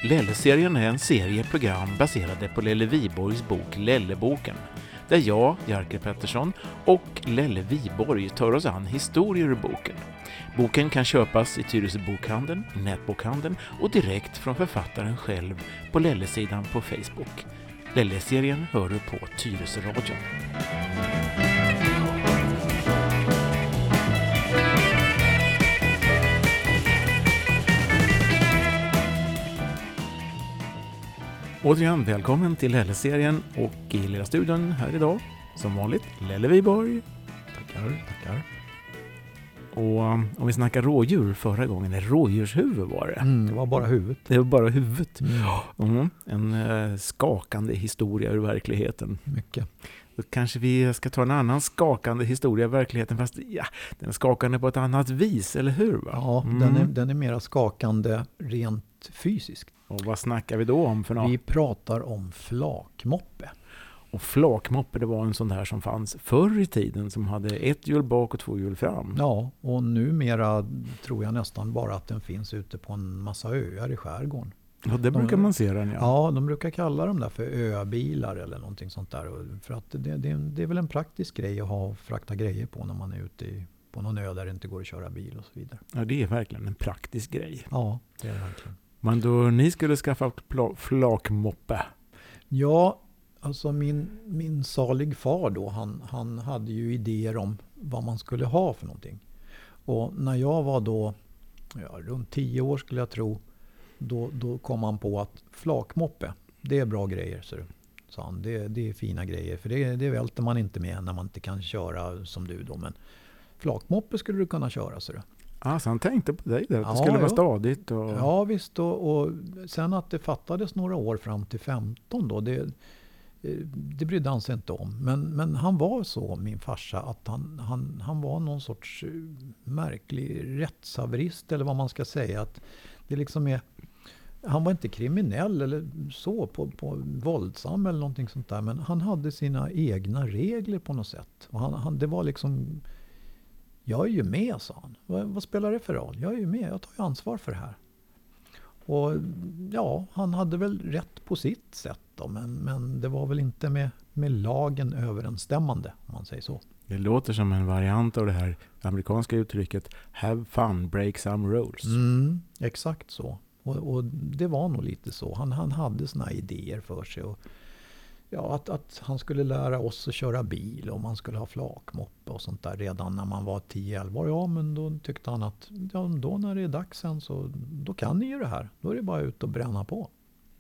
Lelle-serien är en serie program baserade på Lelle Viborgs bok Lelleboken, där jag, Jerker Pettersson, och Lelle Viborg tar oss an historier ur boken. Boken kan köpas i Tyresö bokhandeln, i nätbokhandeln och direkt från författaren själv på Lelle-sidan på Facebook. Lelle-serien hör du på Tyresö radion. Återigen, välkommen till Lelle-serien och i lilla studion här idag, som vanligt, Lelle Viborg. Tackar. Och om vi snackar rådjur förra gången, rådjurshuvud var det. Det var bara huvudet. Det var bara huvudet. En skakande historia ur verkligheten. Mycket. Då kanske vi ska ta en annan skakande historia ur verkligheten, fast den är skakande på ett annat vis, eller hur? Va? Ja, den är mera skakande rent fysiskt. Och vad snackar vi då om för något? Vi pratar om flakmoppe. Och flakmoppe, det var en sån där som fanns förr i tiden som hade ett hjul bak och två hjul fram. Ja, och numera tror jag nästan bara att den finns ute på en massa öar i skärgården. Ja, det brukar man se den, Ja, de brukar kalla dem där för öbilar eller någonting sånt där. För att det är väl en praktisk grej att ha frakta grejer på när man är ute på någon ö där det inte går att köra bil och så vidare. Ja, det är verkligen en praktisk grej. Ja, det är det verkligen. Men då ni skulle skaffa flakmoppe? Ja, alltså min salig far då, han hade ju idéer om vad man skulle ha för någonting. Och när jag var då runt 10 år skulle jag tro, då kom han på att flakmoppe, det är bra grejer, sa han. Det är fina grejer, för det välter man inte med när man inte kan köra som du då. Men flakmoppe skulle du kunna köra, så du. Så han tänkte på dig där, att det skulle vara stadigt. Och... Ja, visst. Och sen att det fattades några år fram till 15 då, det brydde han sig inte om. Men han var så, min farsa, att han var någon sorts märklig rättshaverist, eller vad man ska säga. Att det liksom är, han var inte kriminell eller så på våldsam eller någonting sånt där. Men han hade sina egna regler på något sätt. Och det var liksom, jag är ju med, sa han. Vad spelar det för roll? Jag är ju med, jag tar ju ansvar för det här. Och ja, han hade väl rätt på sitt sätt då, men det var väl inte med lagen överensstämmande, om man säger så. Det låter som en variant av det här amerikanska uttrycket have fun, break some rules. Exakt så. Och det var nog lite så. Han hade såna idéer för sig. Och ja, att han skulle lära oss att köra bil och man skulle ha flakmoppe och sånt där redan när man var 10-11 år. Ja, men då tyckte han att då när det är dags sen, så då kan ni ju det här. Då är det bara ut och bränna på.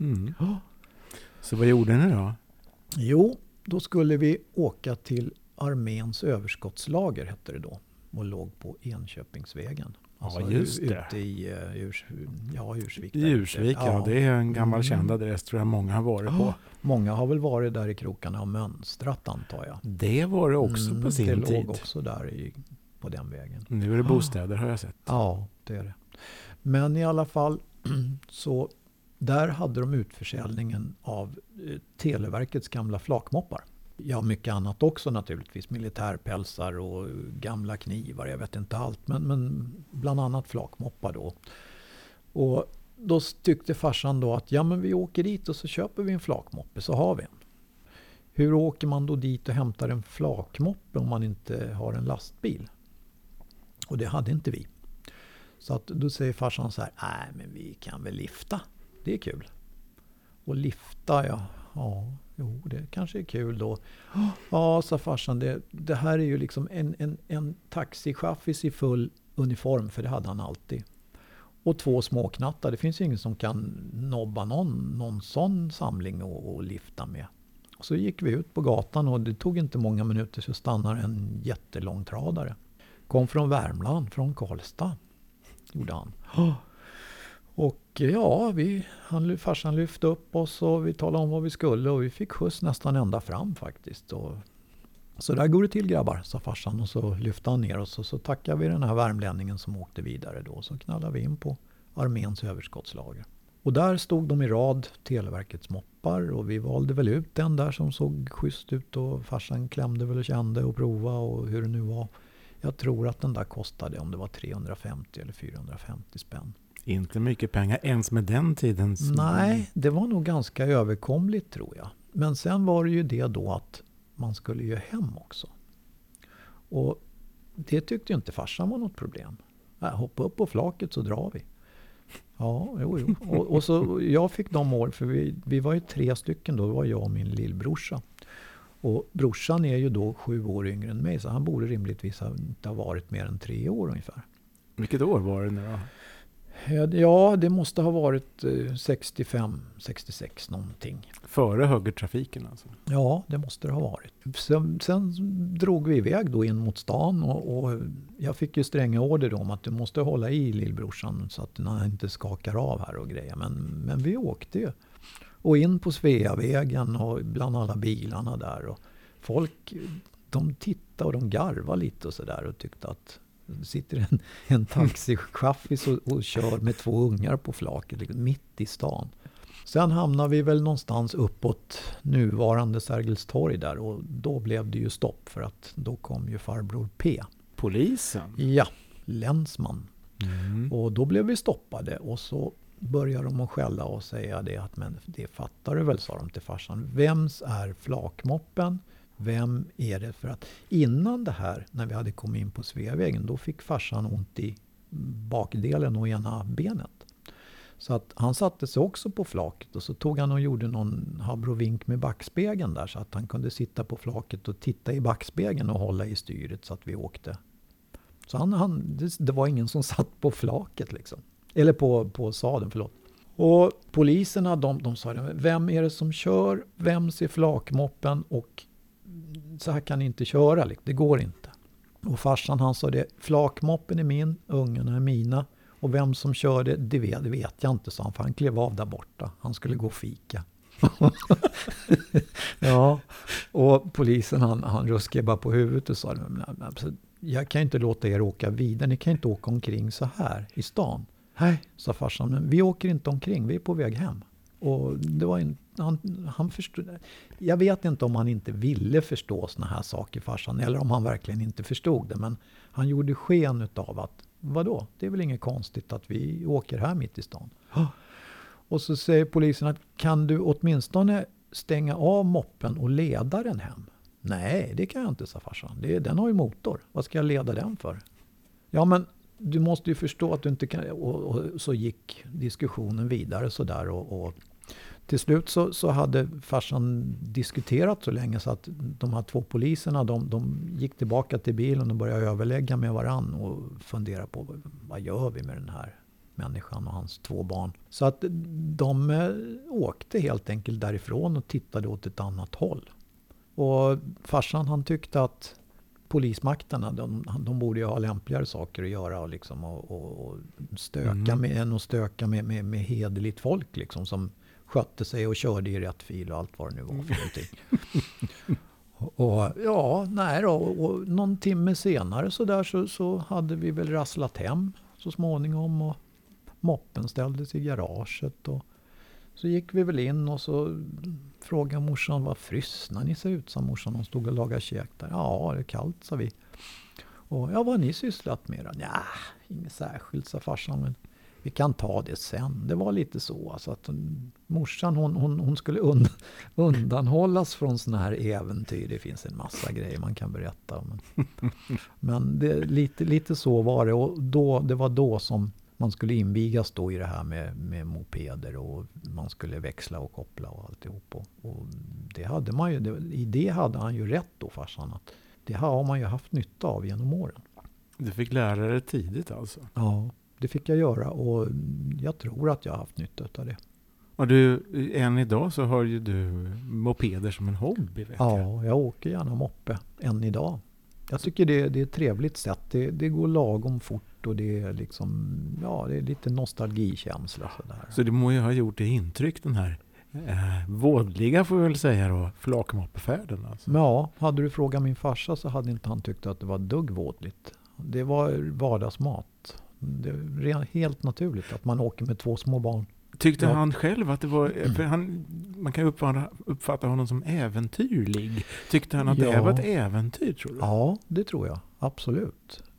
Så vad gjorde ni då? Jo, då skulle vi åka till arméns överskottslager, hette det då. Och låg på Enköpingsvägen. Alltså just det. Ute i Ursvik. I Ursvik, ja. Det är en gammal känd adress, tror jag många har varit på. Många har väl varit där i krokarna och mönstrat, antar jag. Det var det också på sin tid. Det låg också där på den vägen. Nu är det bostäder, har jag sett. Ja, det är det. Men i alla fall, så där hade de utförsäljningen av Televerkets gamla flakmoppar. Ja, mycket annat också naturligtvis. Militärpälsar och gamla knivar, jag vet inte allt. Men bland annat flakmoppar då. Och då tyckte farsan då att men vi åker dit och så köper vi en flakmoppe, så har vi en. Hur åker man då dit och hämtar en flakmoppe om man inte har en lastbil? Och det hade inte vi. Så att då säger farsan så här, nej men vi kan väl lifta. Det är kul. Och lifta, jo, det kanske är kul då. Ja, sa farsan, det här är ju liksom en taxichaffis i full uniform, för det hade han alltid. Och 2 småknattar. Det finns ju ingen som kan nobba någon sån samling och lifta med. Och så gick vi ut på gatan och det tog inte många minuter så stannar en jättelångtradare. Kom från Värmland, från Karlstad, gjorde han. Och ja, farsan lyfte upp oss och vi talade om vad vi skulle och vi fick skjuts nästan ända fram faktiskt. Och så där går det till, grabbar, sa farsan, och så lyfte han ner oss och så tackade vi den här värmlänningen som åkte vidare då. Så knallade vi in på arméns överskottslager. Och där stod de i rad, Televerkets moppar, och vi valde väl ut den där som såg schysst ut och farsan klämde väl och kände och prova och hur det nu var. Jag tror att den där kostade, om det var 350 eller 450 spänn. Inte mycket pengar ens med den tidens... Nej, det var nog ganska överkomligt tror jag. Men sen var det ju det då att man skulle ju hem också. Och det tyckte ju inte farsan var något problem. Hoppa upp på flaket så drar vi. Ja, jo. Och så jag fick de år, för vi var ju 3 stycken då, det var jag och min lillbrorsa. Och brorsan är ju då 7 år yngre än mig, så han borde rimligtvis inte ha varit mer än 3 år ungefär. Vilket år var det nu då? Ja, det måste ha varit 65, 66 någonting. Före högertrafiken alltså? Ja, det måste det ha varit. Sen drog vi iväg då in mot stan och jag fick ju stränga order om att du måste hålla i lillbrorsan så att han inte skakar av här och grejer. Men vi åkte ju. Och in på Sveavägen och bland alla bilarna där. Och folk, de tittade och de garvade lite och sådär och tyckte att det sitter en taxichaffis och kör med 2 ungar på flaket liksom, mitt i stan. Sen hamnade vi väl någonstans uppåt nuvarande Sergels torg där och då blev det ju stopp för att då kom ju farbror P. Polisen? Ja, länsman. Och då blev vi stoppade och så började de att skälla och säga det att men det fattar du väl, sa de till farsan. Vems är flakmoppen? Vem är det? För att innan det här, när vi hade kommit in på Sveavägen, då fick farsan ont i bakdelen och ena benet. Så att han satte sig också på flaket och så tog han och gjorde någon habrovink med backspegeln där så att han kunde sitta på flaket och titta i backspegeln och hålla i styret så att vi åkte. Så det var ingen som satt på flaket liksom. Eller på sadeln, förlåt. Och poliserna, de sa, vem är det som kör? Vem ser flakmoppen? Och så här kan ni inte köra, det går inte. Och farsan han sa det, flakmoppen är min, ungarna är mina. Och vem som kör det vet jag inte, sa han, för han klev av där borta. Han skulle gå och fika. Ja, och polisen han ruskade bara på huvudet och sa, jag kan inte låta er åka vidare, ni kan inte åka omkring så här i stan. Nej, sa farsan, men vi åker inte omkring, vi är på väg hem. Och det var han förstod. Jag vet inte om han inte ville förstå såna här saker, farsan, eller om han verkligen inte förstod det, men han gjorde sken utav att vadå? Det är väl inget konstigt att vi åker här mitt i stan. Och så säger polisen att kan du åtminstone stänga av moppen och leda den hem? Nej, det kan jag inte, sa farsan. Den har ju motor. Vad ska jag leda den för? Ja, men du måste ju förstå att du inte kan. Och så gick diskussionen vidare så där och till slut så hade farsan diskuterat så länge så att de här 2 poliserna de gick tillbaka till bilen och började överlägga med varann och fundera på vad gör vi med den här människan och hans 2 barn. Så att de åkte helt enkelt därifrån och tittade åt ett annat håll. Och farsan han tyckte att polismakterna, de borde ju ha lämpligare saker att göra liksom, och stöka med hederligt folk liksom, som skötte sig och körde i rätt fil och allt vad det nu var för någonting. Och någon timme senare så hade vi väl rasslat hem så småningom och moppen ställdes i garaget och så gick vi väl in och så frågade morsan, vad frysna ni ser ut, som morsan, hon stod och lagade käk där. Ja, det är kallt, sa vi. Och vad har ni sysslat med då? Ja, inget särskilt, sa farsan, men vi kan ta det sen. Det var lite så alltså att morsan hon skulle undanhållas från såna här äventyr. Det finns en massa grejer man kan berätta om. Men det, lite så var det, och det var då som man skulle invigas då i det här med mopeder och man skulle växla och koppla och alltihop. Och det hade man ju, i det hade han ju rätt då, farsan, att det har man ju haft nytta av genom åren. Du fick lära dig tidigt alltså? Ja, det fick jag göra och jag tror att jag har haft nytta av det. Och du, än idag så har ju du mopeder som en hobby, vet jag. Ja, jag åker gärna moppe än idag. Jag tycker det är ett trevligt sätt. Det går lagom fort och det är liksom, det är lite nostalgikänsla sådär. Så det må ju ha gjort det intryck, den här vådliga, får jag väl säga då, flakmoppefärden alltså. Ja, hade du frågat min farsa så hade inte han tyckt att det var dugg vådligt. Det var vardagsmat. Det är helt naturligt att man åker med 2 små barn. Tyckte han själv att det var, för man kan uppfatta honom som äventyrlig. Tyckte han att det här var ett äventyr, tror du? Ja, det tror jag. Absolut.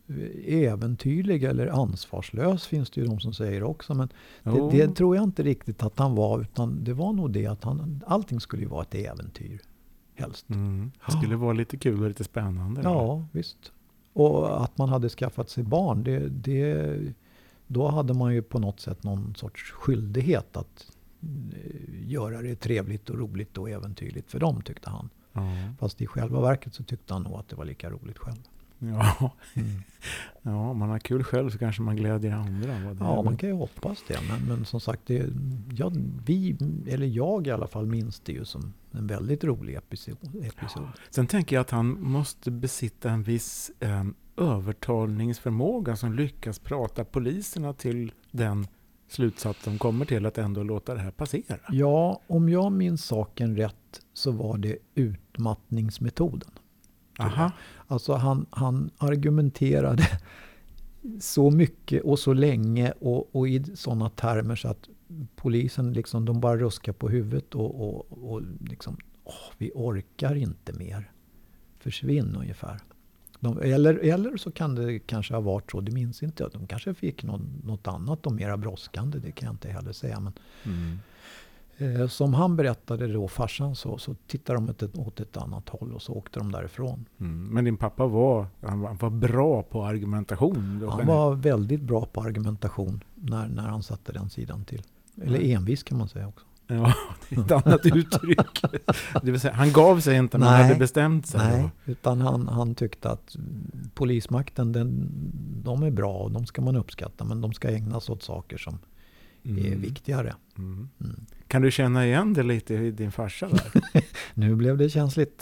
äventyrlig eller ansvarslös finns det ju de som säger också. Men det tror jag inte riktigt att han var, utan det var nog det att allting skulle ju vara ett äventyr helst. Det skulle vara lite kul och lite spännande. Ja, visst. Och att man hade skaffat sig barn, då hade man ju på något sätt någon sorts skyldighet att göra det trevligt och roligt och äventyrligt för dem, tyckte han. Fast i själva verket så tyckte han nog att det var lika roligt själv. Ja. Ja, om man har kul själv så kanske man glädjer andra. Ja, man kan ju hoppas det. Men som sagt, jag i alla fall minns det ju som en väldigt rolig episod. Ja. Sen tänker jag att han måste besitta en viss övertalningsförmåga som lyckas prata poliserna till den slutsats de kommer till att ändå låta det här passera. Ja, om jag minns saken rätt så var det utmattningsmetoden. Aha. Alltså han argumenterade så mycket och så länge och i sådana termer så att polisen liksom, de bara ruskar på huvudet och liksom, vi orkar inte mer. Försvinn ungefär. Eller så kan det kanske ha varit så, det minns inte jag. De kanske fick något annat och mera brådskande, det kan jag inte heller säga. Men som han berättade då, farsan, så tittade de åt ett annat håll och så åkte de därifrån. Men din pappa var bra på argumentation? Han var väldigt bra på argumentation när han satte den sidan till. Eller envis kan man säga också. Ja, det är ett annat uttryck. Det vill säga, han gav sig inte när han hade bestämt sig. Nej, utan han tyckte att polismakten, de är bra och de ska man uppskatta, men de ska ägnas åt saker som är viktigare. Kan du känna igen det lite i din farsa där? Nu blev det känsligt.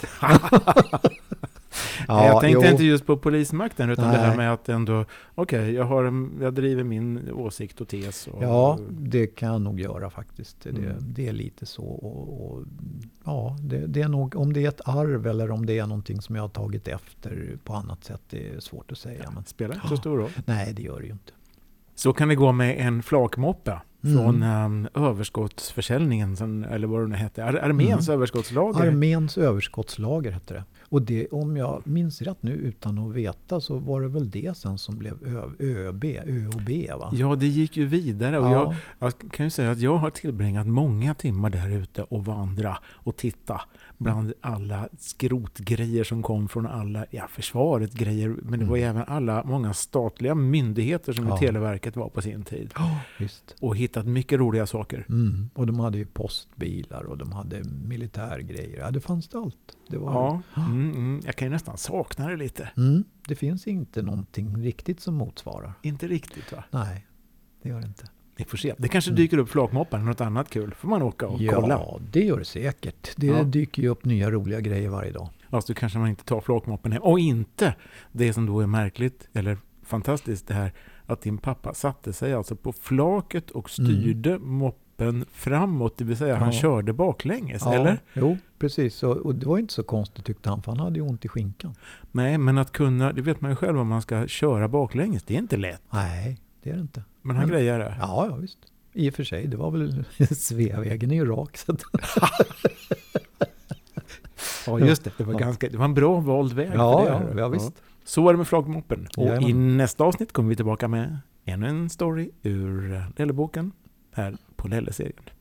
Ja, jag tänkte inte just på polismakten utan det här med att ändå, jag driver min åsikt och tes. Ja, det kan jag nog göra faktiskt. Det är lite så. Och ja, det är nog, om det är ett arv eller om det är någonting som jag har tagit efter på annat sätt, det är svårt att säga. Men spelar inte så stor roll. Nej, det gör det ju inte. Så kan det gå med en flakmoppe från överskottsförsäljningen, eller vad det nu hette. Arméns överskottslager. Arméns överskottslager hette det. Och det, om jag minns rätt nu utan att veta, så var det väl det sen som blev ÖOB, va? Ja, det gick ju vidare. Och jag kan ju säga att jag har tillbringat många timmar där ute och vandra och titta bland alla skrotgrejer som kom från alla försvaret grejer. Men det var ju även många statliga myndigheter som i Televerket var på sin tid. Visst. Och hittat mycket roliga saker. Och de hade ju postbilar och de hade militärgrejer. Ja, det fanns det allt. Det var jag kan ju nästan sakna det lite. Det finns inte någonting riktigt som motsvarar. Inte riktigt, va? Nej, det gör det inte. Vi får se. Det kanske dyker upp flakmoppar, något annat kul. Får man åka och kolla? Ja, det gör det säkert. Det dyker ju upp nya roliga grejer varje dag. Alltså kanske man inte tar flakmoppen hem. Och inte det som då är märkligt eller fantastiskt, det här att din pappa satte sig alltså på flaket och styrde moppen framåt, det vill säga han körde baklänges, eller? Jo, precis. Och det var inte så konstigt tyckte han, för han hade ju ont i skinkan. Nej, men att kunna, det vet man ju själv om man ska köra baklänges, det är inte lätt. Nej, det är det inte. Men han grejer det. Ja, visst. I och för sig, det var väl Sveavägen är ju rak. Så ja, just det. Det var en bra vald väg. Ja, visst. Så är det med flagmoppen. Och i nästa avsnitt kommer vi tillbaka med ännu en story ur Lelleboken här på Lelle-serien.